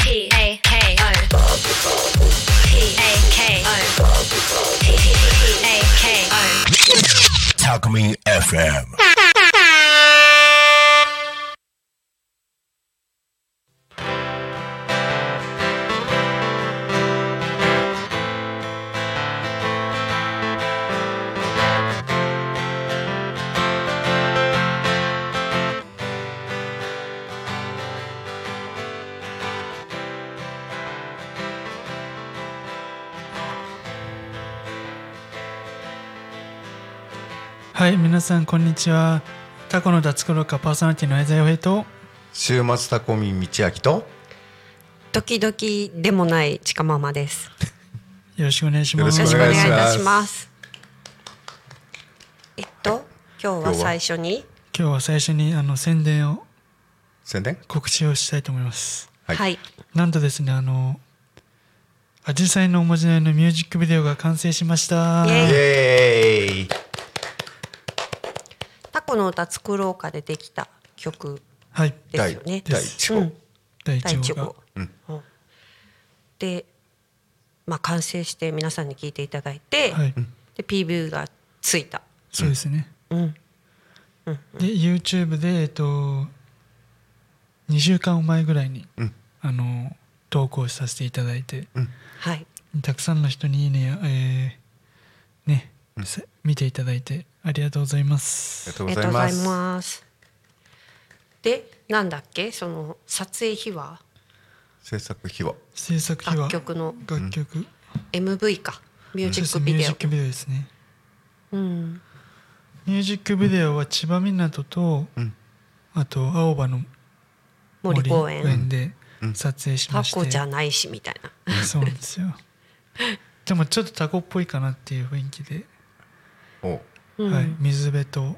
タコミン FM。 はい、皆さんこんにちは。タコの脱コロカパーソナリティの相沢洋平と週末タコミン道明と時々でもないちかママです。 よろしくお願いします。 よろしくお願いいたします。今日は最初に宣伝を宣伝告知をしたいと思います。 はい、 なんとですね、アジサイのおまじないのミュージックビデオが完成しました。 イエイエーイ。 タコの歌作ろうかでできた曲はいですよね。 第1号、 第1号が、 で、完成して皆さんに聴いていただいて、 はい、 で PV がついた。 そうですね、で YouTube で2週間前ぐらいに、投稿させていただいて、 はい、 たくさんの人にいいね、見ていただいてありがとうございます。 ありがとうございます。で、なんだっけ、その撮影秘話、 制作秘話、 楽曲のMV か、ミュージックビデオ。 ミュージックビデオですね。ミュージックビデオは千葉湊と、あと青葉の森公園で撮影しまして、 タコじゃないしみたいな。 そうなんですよ。でもちょっとタコっぽいかなっていう雰囲気で、水辺と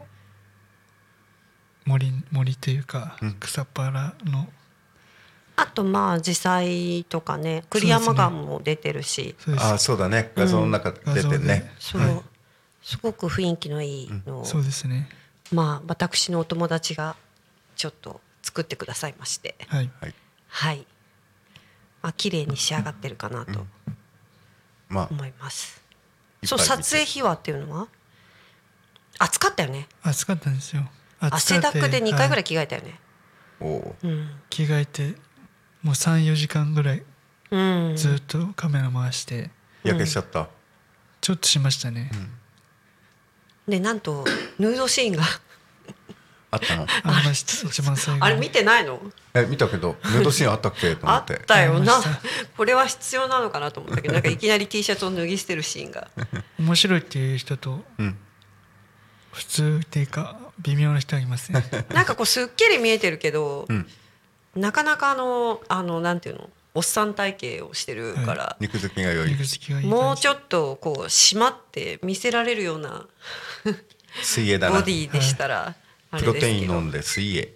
森というか、草っぱらの、あと紫陽花とかね、栗山川も出てるし、 そうだね、画像の中出てるね。 そう、すごく雰囲気のいいのを、 そうですね。 私のお友達がちょっと作ってくださいまして、はい、綺麗に仕上がってるかなと思います。そう、撮影秘話っていうのは暑かったよね。 暑かったんですよ。 汗だくで2回ぐらい着替えたよね。 着替えてもう 3,4 時間ぐらいずっとカメラ回して、 焼けしちゃった。 ちょっとしましたね。 で、なんとヌードシーンがあったの？ ありました。一番最後。 あれ見てないの？ 見たけど、ヌードシーンあったっけと思って。 あったよな。これは必要なのかなと思ったけど、なんかいきなり T シャツを脱ぎ捨てるシーンが面白いっていう人と、普通っていうか微妙な人がいますね。 なんかこうすっきり見えてるけど、なかなかなんていうの、おっさん体型をしてるから、 肉付きが良い。 もうちょっとこう締まって見せられるような水泳だな。 ボディでしたらあれですけど、 プロテイン飲んで水泳。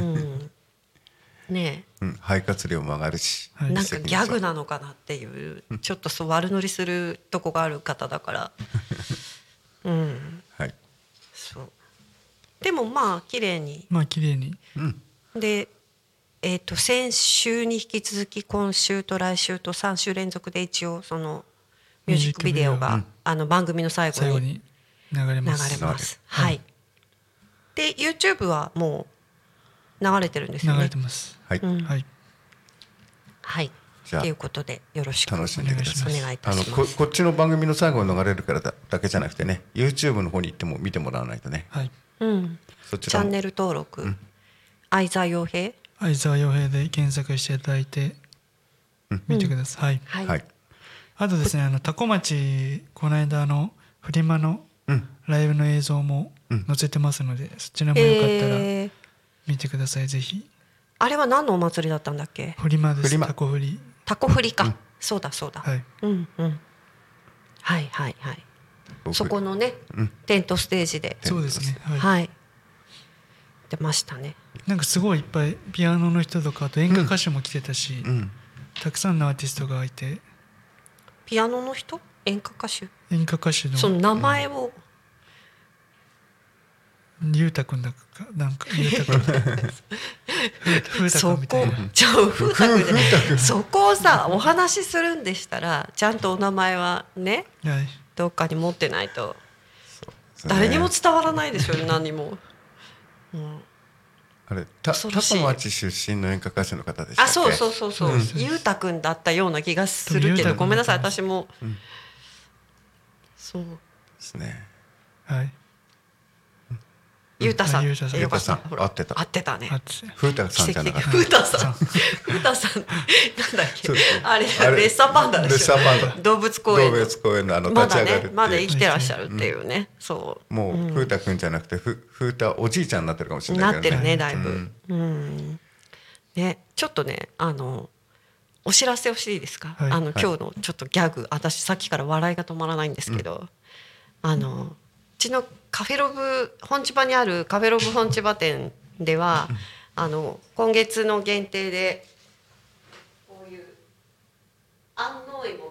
ねえ、 肺活量も上がるし、 なんかギャグなのかなっていう、ちょっと悪乗りするとこがある方だから、そう。でも綺麗に。で、先週に引き続き今週と来週と3週連続で一応そのミュージックビデオが番組の最後に流れます。 はい。で YouTube はもう流れてるんですよね。 流れてます。 はい。ということでよろしくお願いいたします。 こっちの番組の最後に流れるからだけじゃなくてね、 YouTube の方に行っても見てもらわないとね。 チャンネル登録、相沢洋平で検索していただいて見てください。あとですね、タコ町この間フリマのライブの映像も載せてますので、そちらもよかったら見てください。ぜひ。あれは何のお祭りだったんだっけ？ フリマです。タコフリか、そうだ。そこのね、テントステージで、 そうですね、 出ましたね。 なんかすごいいっぱいピアノの人とか、あと演歌歌手も来てたし、たくさんのアーティストがいて。 ピアノの人？演歌歌手のその名前を、 ゆうたくんだかなんかゆうたくん風太くんみたいな風太くんでそこをさお話しするんでしたらちゃんとお名前はね、はい、どっかに持ってないと誰にも伝わらないでしょ何にも、うん、 あれ多古町出身の演歌歌手の方でしたっけ？ そう、ゆうたくんだったような気がするけどごめんなさい私も、そうですね。 はい。 ゆうたさん、 合ってたね。 ふうたさんじゃなかった。 ふうたさん、なんだっけ、あれレッサーパンダでしょ。動物公園の立ち上がるまだ生きてらっしゃるっていうね。そう。 もうふうたくんじゃなくてふうたおじいちゃんになってるかもしれないけどね。 なってるねだいぶ。ね、ちょっとねお知らせをしていいですか？今日のちょっとギャグ、私さっきから笑いが止まらないんですけど、うちのカフェロブ本千葉にあるカフェロブ本千葉店では今月の限定でこういう安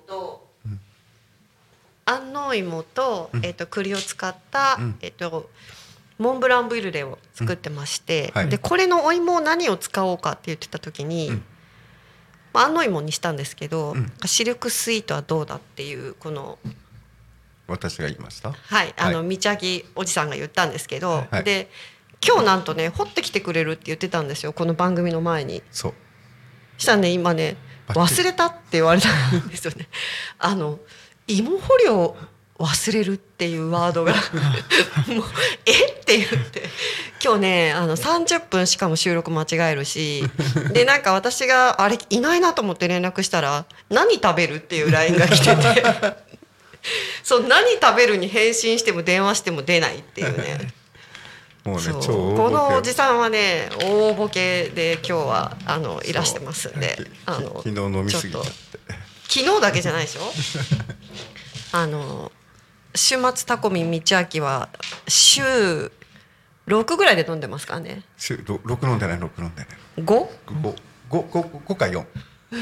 納芋と栗を使った、モンブランブリュレを作ってまして、でこれのお芋を何を使おうかって言ってた時に、安納芋にしたんですけど、シルクスイートはどうだっていうこの私が言いました。 はい、道明おじさんが言ったんですけど、で今日なんとね掘ってきてくれるって言ってたんですよこの番組の前に。そうしたらね今ね忘れたって言われたんですよね。芋掘りを忘れるっていうワードがもうって言って今日ね30分しかも収録間違えるしでなんか私があれいないなと思って連絡したら何食べるっていう LINE が来ててそう何食べるに返信しても電話しても出ないっていうねもうねこのおじさんはね大ボケで今日はいらしてますんで昨日飲みすぎちゃって昨日だけじゃないでしょ週末タコミン道明は週6ぐらいで飲んでますからね。 週6飲んでない 5か4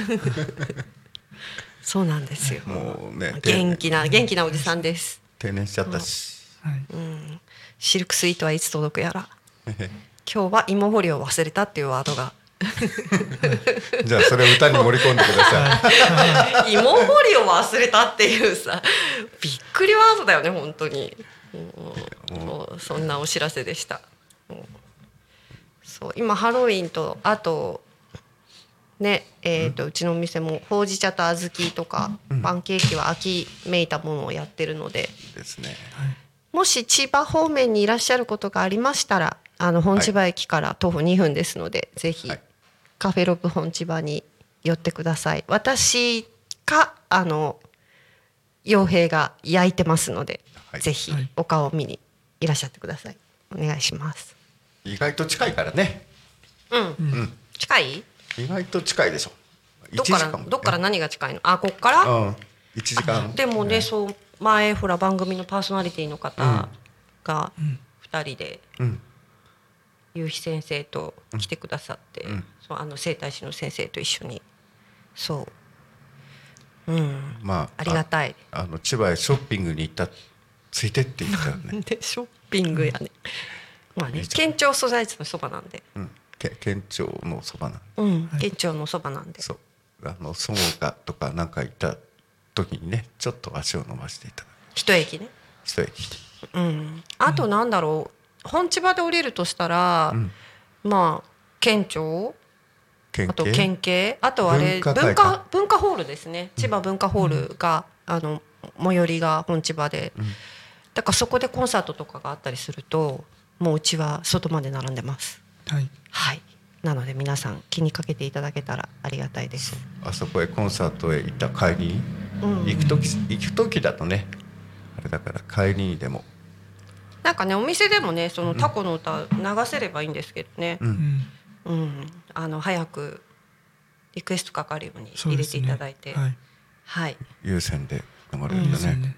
そうなんですよ。 もうね元気なおじさんです。 定年しちゃったし、 シルクスイートはいつ届くやら今日は芋掘りを忘れたっていうワードがじゃあそれを歌に盛り込んでください芋掘りを忘れたっていうさびっくりワードだよね本当に。そんなお知らせでした。そう今ハロウィンとあとねうちのお店もほうじ茶と小豆とか、パンケーキは秋めいたものをやってるので、 ですね、 もし千葉方面にいらっしゃることがありましたら本千葉駅から徒歩2分ですので、ぜひカフェロブ本千葉に寄ってください。私か傭兵が焼いてますので、ぜひお顔を見にいらっしゃってください。お願いします。 意外と近いからね。 近い？ 意外と近いでしょ。 どっから何が近いの？こっから？ 1時間。 でもね、そう前ほら番組のパーソナリティの方が2人で夕日先生と来てくださって、整体師の先生と一緒にありがたい。 千葉へショッピングに行ったついてって言ったよね。 でショッピングやね。まあね、県庁所在地のそばなんで。 県庁のそばなんで。県庁のそばなんで。 そうそごかとかなんか行った時にね、ちょっと足を伸ばしていただく。 一駅ね。 一駅。 あとなんだろう、本千葉で降りるとしたら、まあ県庁。あと県警、あとあれ文化ホールですね。千葉文化ホールが最寄りが本千葉で、だからそこでコンサートとかがあったりすると、もううちは外まで並んでます。はい。なので皆さん気にかけていただけたらありがたいです。 あそこへコンサートへ行った帰りに、行く時だとね、あれだから帰りにでも。 なんかねお店でもねそのタコの歌流せればいいんですけどね。早くリクエストかかるように入れていただいて、 優先で流れるんだね。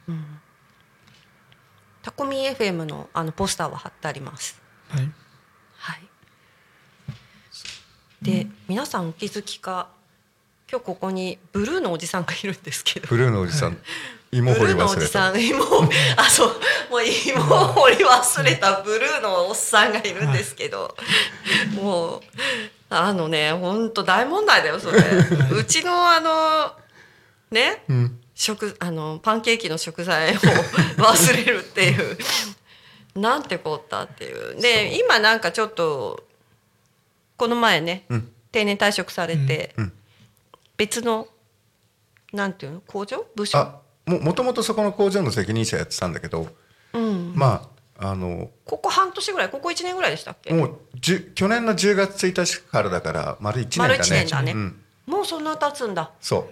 タコミ FM のポスターは貼ってあります。で皆さんお気づきか今日ここにブルーのおじさんがいるんですけど。 ブルーのおじさん、芋掘り忘れた。 そうもう芋掘り忘れたブルーのおっさんがいるんですけど、もう本当大問題だよそれ。うちのね、パンケーキの食材を忘れるっていうなんてこったっていうで、今なんかちょっとこの前ね、定年退職されて、別のなんていうの工場部署、 もともとそこの工場の責任者やってたんだけど、まあここ半年ぐらい、ここ1年ぐらいでしたっけ。 もう去年の10月1日からだから丸1年だね。 丸1年だね、もうそんな経つんだ。 そう、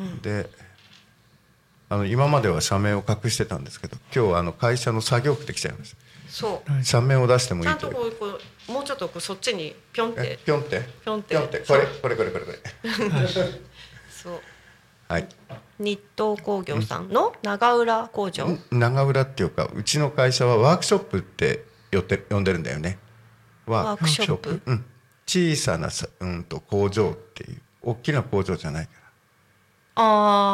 で今までは社名を隠してたんですけど、今日会社の作業服で来ちゃいました。 そう社名を出してもいいと。 ちゃんとこうもうちょっとそっちにピョンってピョンってこれそう、 はい、 日東工業さんの長浦工場、 長浦っていうか、うちの会社はワークショップって呼んでるんだよね。 ワークショップ、 小さな工場っていう大きな工場じゃないから。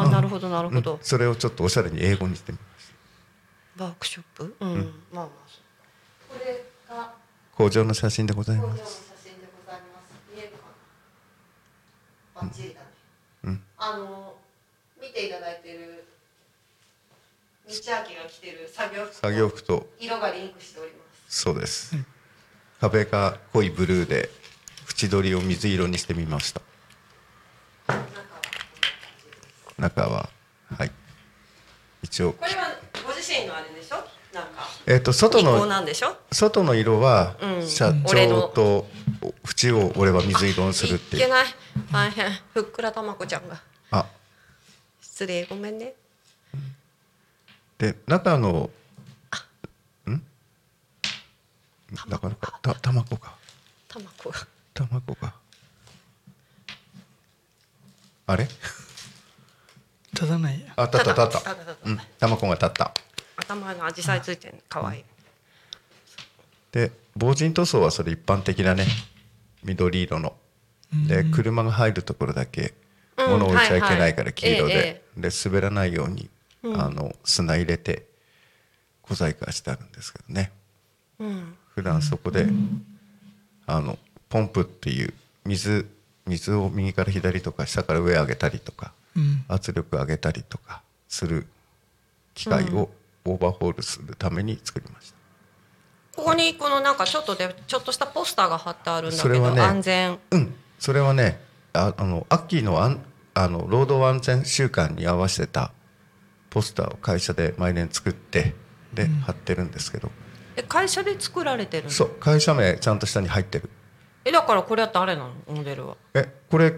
なるほどなるほど、 それをちょっとおしゃれに英語にしてみました。 ワークショップ、まあこれが工場の写真でございます。工場の写真でございます。 見えるかな。バッチリだね。見ていただいてる道明が着てる作業服と色がリンクしております。 そうです。壁が濃いブルーで縁取りを水色にしてみました。中ははい。一応。これはご自身のあれでしょ。なんか。 外の色は社長と縁を俺は水色にするっていう。 いけない。大変。ふっくらたまこちゃんが。失礼、ごめんね。 で中のだから卵があれ立たないや。 立った卵が立った。 頭のアジサイついてる、かわいい。 で防塵塗装はそれ一般的なね、緑色ので、車が入るところだけ物を置いちゃいけないから黄色で、滑らないように砂入れて小細工はしてあるんですけどね。普段そこでポンプっていう水を右から左とか下から上上げたりとか、圧力上げたりとかする機械をオーバーホールするために作りました。 ここにこのなんかちょっとしたポスターが貼ってあるんだけど、安全。 それはね、アッキーの労働安全週間に合わせたポスターを会社で毎年作ってで貼ってるんですけど。 会社で作られてるの？ そう、会社名ちゃんと下に入ってる。 だからこれは誰なの？モデルは。 これ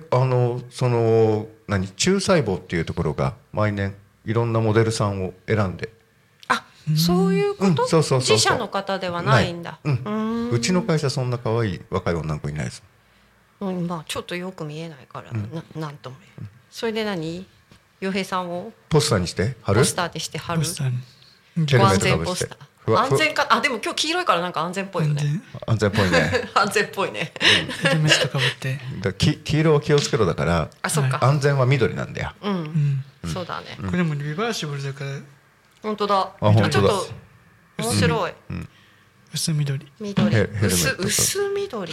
中細胞っていうところが毎年いろんなモデルさんを選んで。 そういうこと？自社の方ではないんだ。 うちの会社そんな可愛い若い女の子いないです。 まあちょっとよく見えないからなんとも。それで洋平さんをポスターにして貼る？ ポスターにして貼る。 ご安全ポスター。安全か。でも今日黄色いからなんか安全っぽいよね。 安全っぽいね。 安全っぽいね。 ヘルメットかぶって。 黄色は気をつけろだから。安全は緑なんだよ。 そうだね。 これもリバーシブルだから。 本当だ。ちょっと面白い。 薄緑。 薄緑。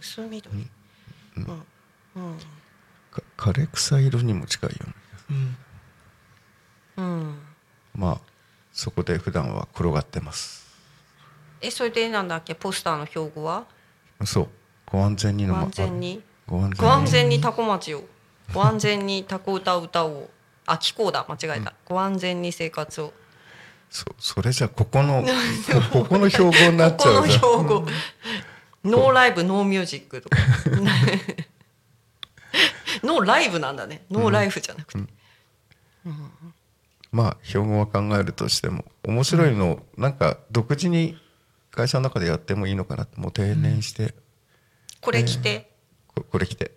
枯れ草色にも近いよね。まあそこで普段は転がってます。 それでなんだっけ、ポスターの標語は？ そう、ご安全にの。 ご安全にタコ町を。ご安全にタコ歌を歌おう。気候だ、間違えた。ご安全に生活を。 それじゃここの標語になっちゃう。 ここの標語。ノーライブノーミュージックとか。ノーライブなんだね。ノーライフじゃなくて。 まあ標語は考えるとしても面白いのなんか独自に会社の中でやってもいいのかなって、もう定年して。 これ着て。 これ着て。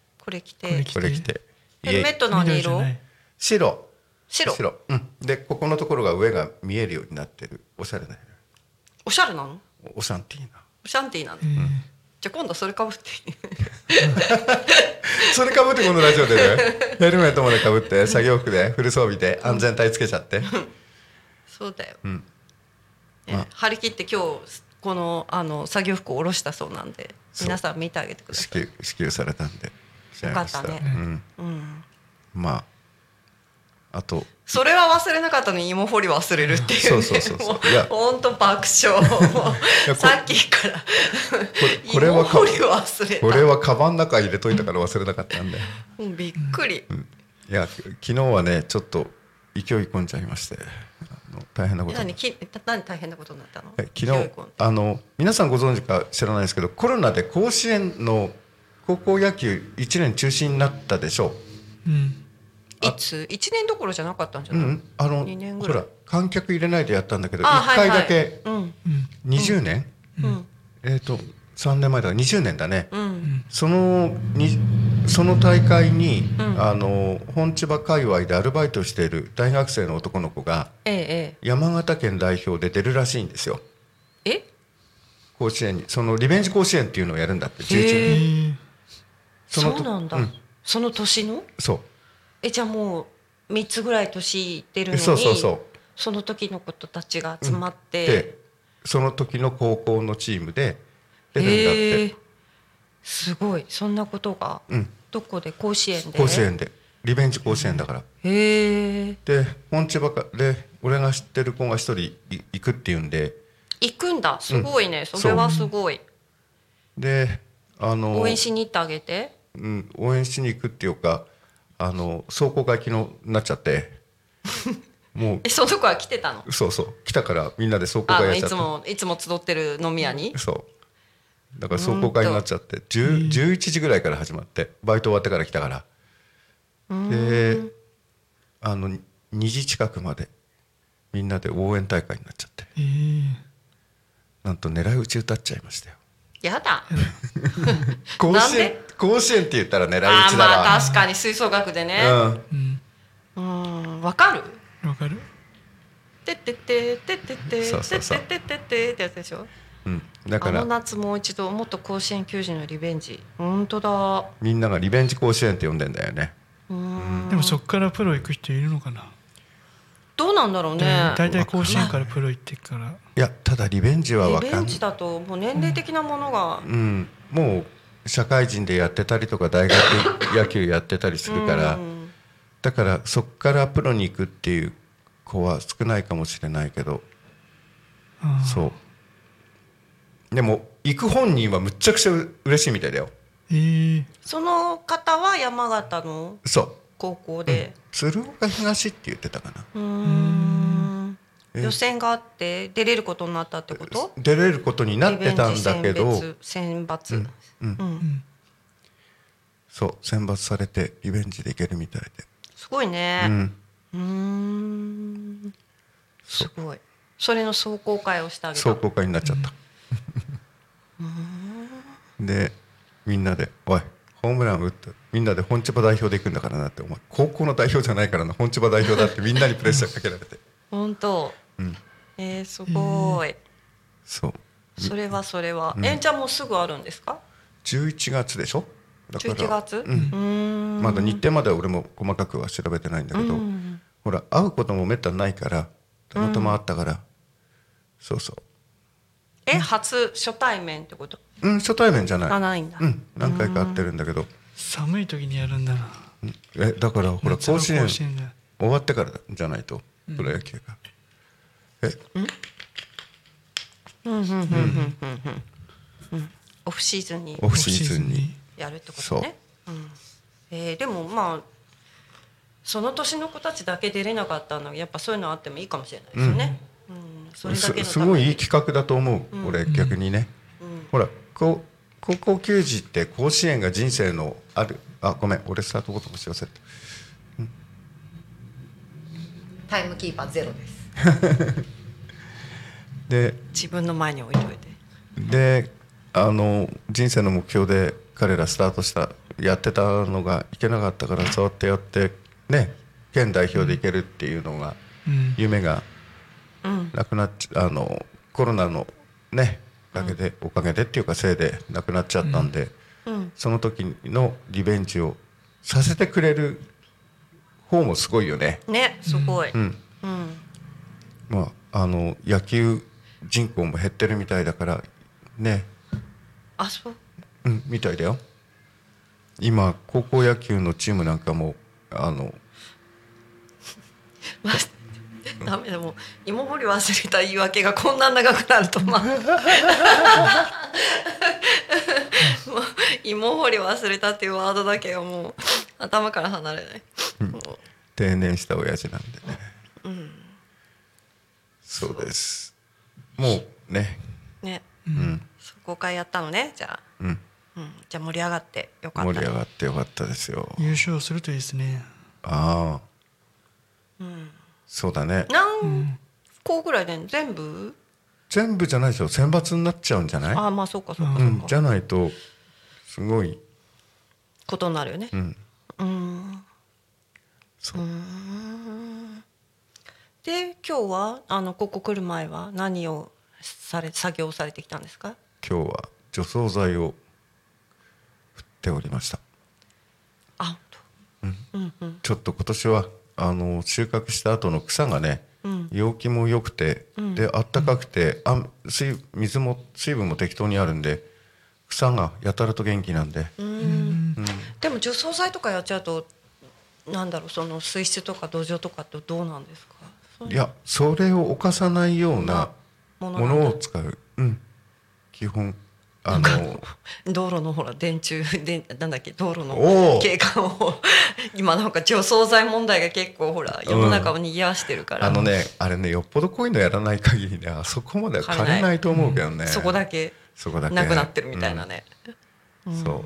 ヘルメットの何色？ 白。でここのところが上が見えるようになってるおしゃれな。 おしゃれなの？ オシャンティーナ。 じゃあ今度それかぶって。 それかぶってこのラジオでねヘルメットまでかぶって作業服でフル装備で安全帯つけちゃって、 そうだよ、張り切って今日この作業服を下ろしたそうなんで皆さん見てあげてください。 支給されたんでよかったね、 まああとそれは忘れなかったのに芋掘り忘れるっていうね。そういや本当爆笑さっきからこれは芋掘り忘れた。 これはカバンの中入れといたから忘れなかったんでびっくり、 いや昨日はねちょっと勢い込んじゃいまして大変なこと何大変なことになったの？ 昨日皆さんご存知か知らないですけどコロナで甲子園の高校野球1年中止になったでしょう、 いつ1年どころじゃなかったんじゃない？2年ぐらい。 ほら観客入れないでやったんだけど1回だけ20年、3年前だから20年だね、その大会に、本千葉界隈でアルバイトしている大学生の男の子が、山形県代表で出るらしいんですよ。甲子園にそのリベンジ甲子園っていうのをやるんだって11年。 そうなんだ、その年の？そうじゃあもう3つぐらい年いってるのにその時の子たちが集まって、 でその時の高校のチームで出るんだって、 すごいそんなことが、どこで甲子園で？ 甲子園でリベンジ甲子園だから、で本千葉で俺が知ってる子が一人行くっていうんで行くんだ。すごいね、それはすごい。 で応援しに行ってあげて、 応援しに行くっていうか壮行会昨日なっちゃってもうその子は来てたの？ そう来たからみんなで壮行会やっちゃって、 いつも集ってる飲み屋に、 そうだから壮行会になっちゃって11時ぐらいから始まってバイト終わってから来たから、で2時近くまでみんなで応援大会になっちゃって、なんと狙い撃ち歌っちゃいましたよ。 やだ甲子園って言ったら狙い撃ちだわ。 まあ確かに吹奏楽でね、わかるてってってってってってってってってってやつでしょ。 だから夏もう一度もっと甲子園球児のリベンジ。本当だ、 みんながリベンジ甲子園って呼んでんだよね。 でもそっからプロ行く人いるのかな。 どうなんだろうね。 大体甲子園からプロ行ってるから。 いやただリベンジは分かんない。 リベンジだともう年齢的なものが、 もう社会人でやってたりとか大学野球やってたりするから、だからそっからプロに行くっていう子は少ないかもしれないけど、そうでも行く本人はむっちゃくちゃ嬉しいみたいだよ。 その方は山形の高校で、 鶴岡東って言ってたかな。 予選があって出れることになったってこと？ 出れることになってたんだけど選抜、 そう選抜されてリベンジでいけるみたいで、 すごいね。すごい。それの壮行会をしてあげた。 壮行会になっちゃった、でみんなでおいホームラン打ってみんなで本千葉代表で行くんだからなって、お前高校の代表じゃないからな本千葉代表だってみんなにプレッシャーかけられて本当、すごい、 そうそれはじゃあもうすぐあるんですか ？11月でしょ。だから 11月、 まだ日程までは俺も細かくは調べてないんだけど、ほら会うこともめったにないからたまたま会ったから、そう初対面ってこと？ 初対面じゃない。 ないんだ。 何回か会ってるんだけど、 寒い時にやるんだな。 だからほら甲子園終わってからじゃないとプロ野球が。 オフシーズンにやるってことね。でもまあその年の子たちだけ出れなかったのやっぱそういうのあってもいいかもしれないですよね。それだけのためにすごいいい企画だと思う、俺逆にね。ほら高校球児って甲子園が人生のある。ごめん俺スタートボタン押し忘れた。 タイムキーパーゼロですで自分の前に置いといて、 で人生の目標で彼らスタートしたやってたのがいけなかったから、そうやってやってね県代表でいけるっていうのが、夢がなくなっちゃコロナのねおかげでっていうかせいでなくなっちゃったんで、 その時のリベンジをさせてくれる方もすごいよね。 ね、すごい。 まあ野球人口も減ってるみたいだからね。 あ、そう。 みたいだよ。今高校野球のチームなんかもダメだ、もう芋掘り忘れた言い訳がこんな長くなるともう芋掘り忘れたっていうワードだけがもう頭から離れない、 定年した親父なんでね、そうです。もうね、 そこからやったのね。じゃあ、じゃあ盛り上がってよかった、 盛り上がってよかったですよ。 優勝するといいですね。 ああ、そうだね。 何校ぐらいで全部じゃないでしょ。選抜になっちゃうんじゃない？ ああ、まあそうかそうか、 じゃないとすごいことになるよね。 そう。 で今日はここ来る前は何を作業されてきたんですか？ 今日は除草剤を振っておりました。 あ、 ちょっと今年は収穫した後の草がね、陽気も良くて、で暖かくて、水分も適当にあるんで草がやたらと元気なんで。 でも除草剤とかやっちゃうとなんだろう、その水質とか土壌とかってどうなんですか？ いや、それを侵さないようなものを使う。基本道路のほら電柱でなんだっけ、道路の景観を今なんか除草剤問題が結構ほら世の中を賑わしてるから、 あれね、よっぽどこういうのやらない限りね、あそこまでは枯れないと思うけどね。 そこだけなくなってるみたいなね。 そう、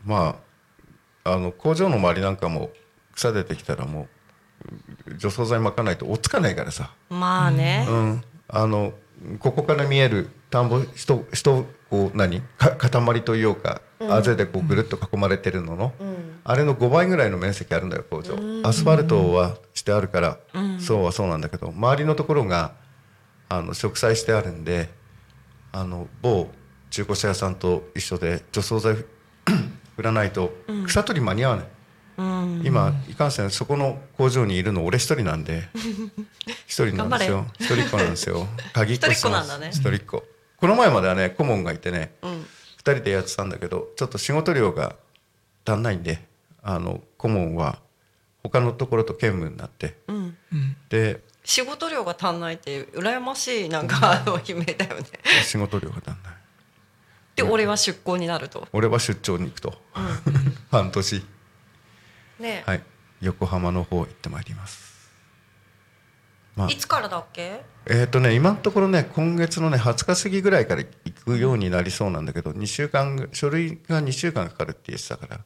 まあ工場の周りなんかも草出てきたらもう除草剤まかないと追っつかないからさ。 まあね、 ここから見える田んぼこう塊というかあぜでこうぐるっと囲まれてるのあれの5倍ぐらいの面積あるんだよ工場。アスファルトはしてあるから、そうはそうなんだけど、周りのところが植栽してあるんで、某中古車屋さんと一緒で除草剤振らないと草取り間に合わない。今いかんせんそこの工場にいるの俺一人なんで一人なんですよ。一人っ子なんですよ。鍵っ子してます。一人っ子。この前まではね顧問がいてね、2人でやってたんだけど、ちょっと仕事量が足んないんで顧問は他のところと兼務になって、で仕事量が足んないって羨ましいなんか悲鳴だよね。 仕事量が足んないで俺は出向になると。 俺は出張に行くと、半年ね、はい、横浜の方行ってまいります。 いつからだっけ？ 今のところね、今月のね20日過ぎぐらいから行くようになりそうなんだけど、書類が2週間かかるって言ってたから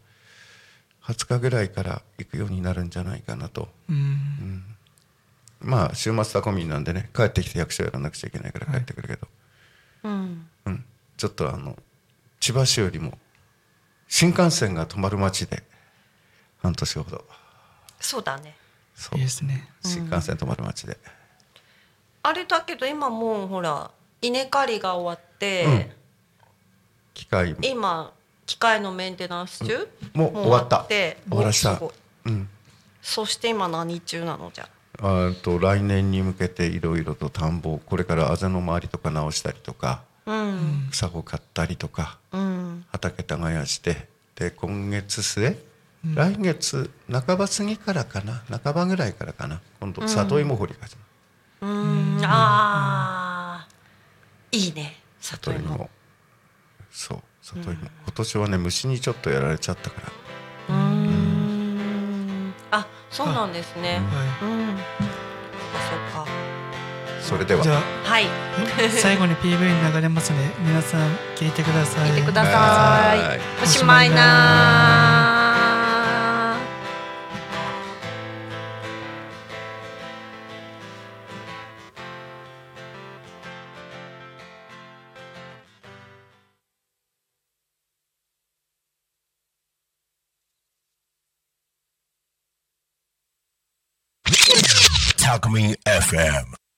20日ぐらいから行くようになるんじゃないかなと。まあ週末タコミンなんでね、帰ってきて役所やらなくちゃいけないから帰ってくるけど、ちょっと千葉市よりも新幹線が止まる町で半年ほど。 そうだね。 そういいですね。新幹線止まる町で。 あれだけど今もうほら稲刈りが終わって、今機械のメンテナンス中、 もう終わった。終わらした。 そして今何中なのじゃ。 来年に向けていろいろと田んぼ、これからあぜの周りとか直したりとか、草を刈ったりとか、畑耕して、で今月末、来月半ば過ぎからかな、半ばぐらいからかな、今度里芋掘りが始まる。 いいね、里芋。 そう、里芋。今年はね虫にちょっとやられちゃったから。 あ、そうなんですね。そうか。 それでは。 じゃあ、 はい。 最後に PV に流れますので皆さん聞いてください。 聞いてください。おしまいな。 Talk Me FM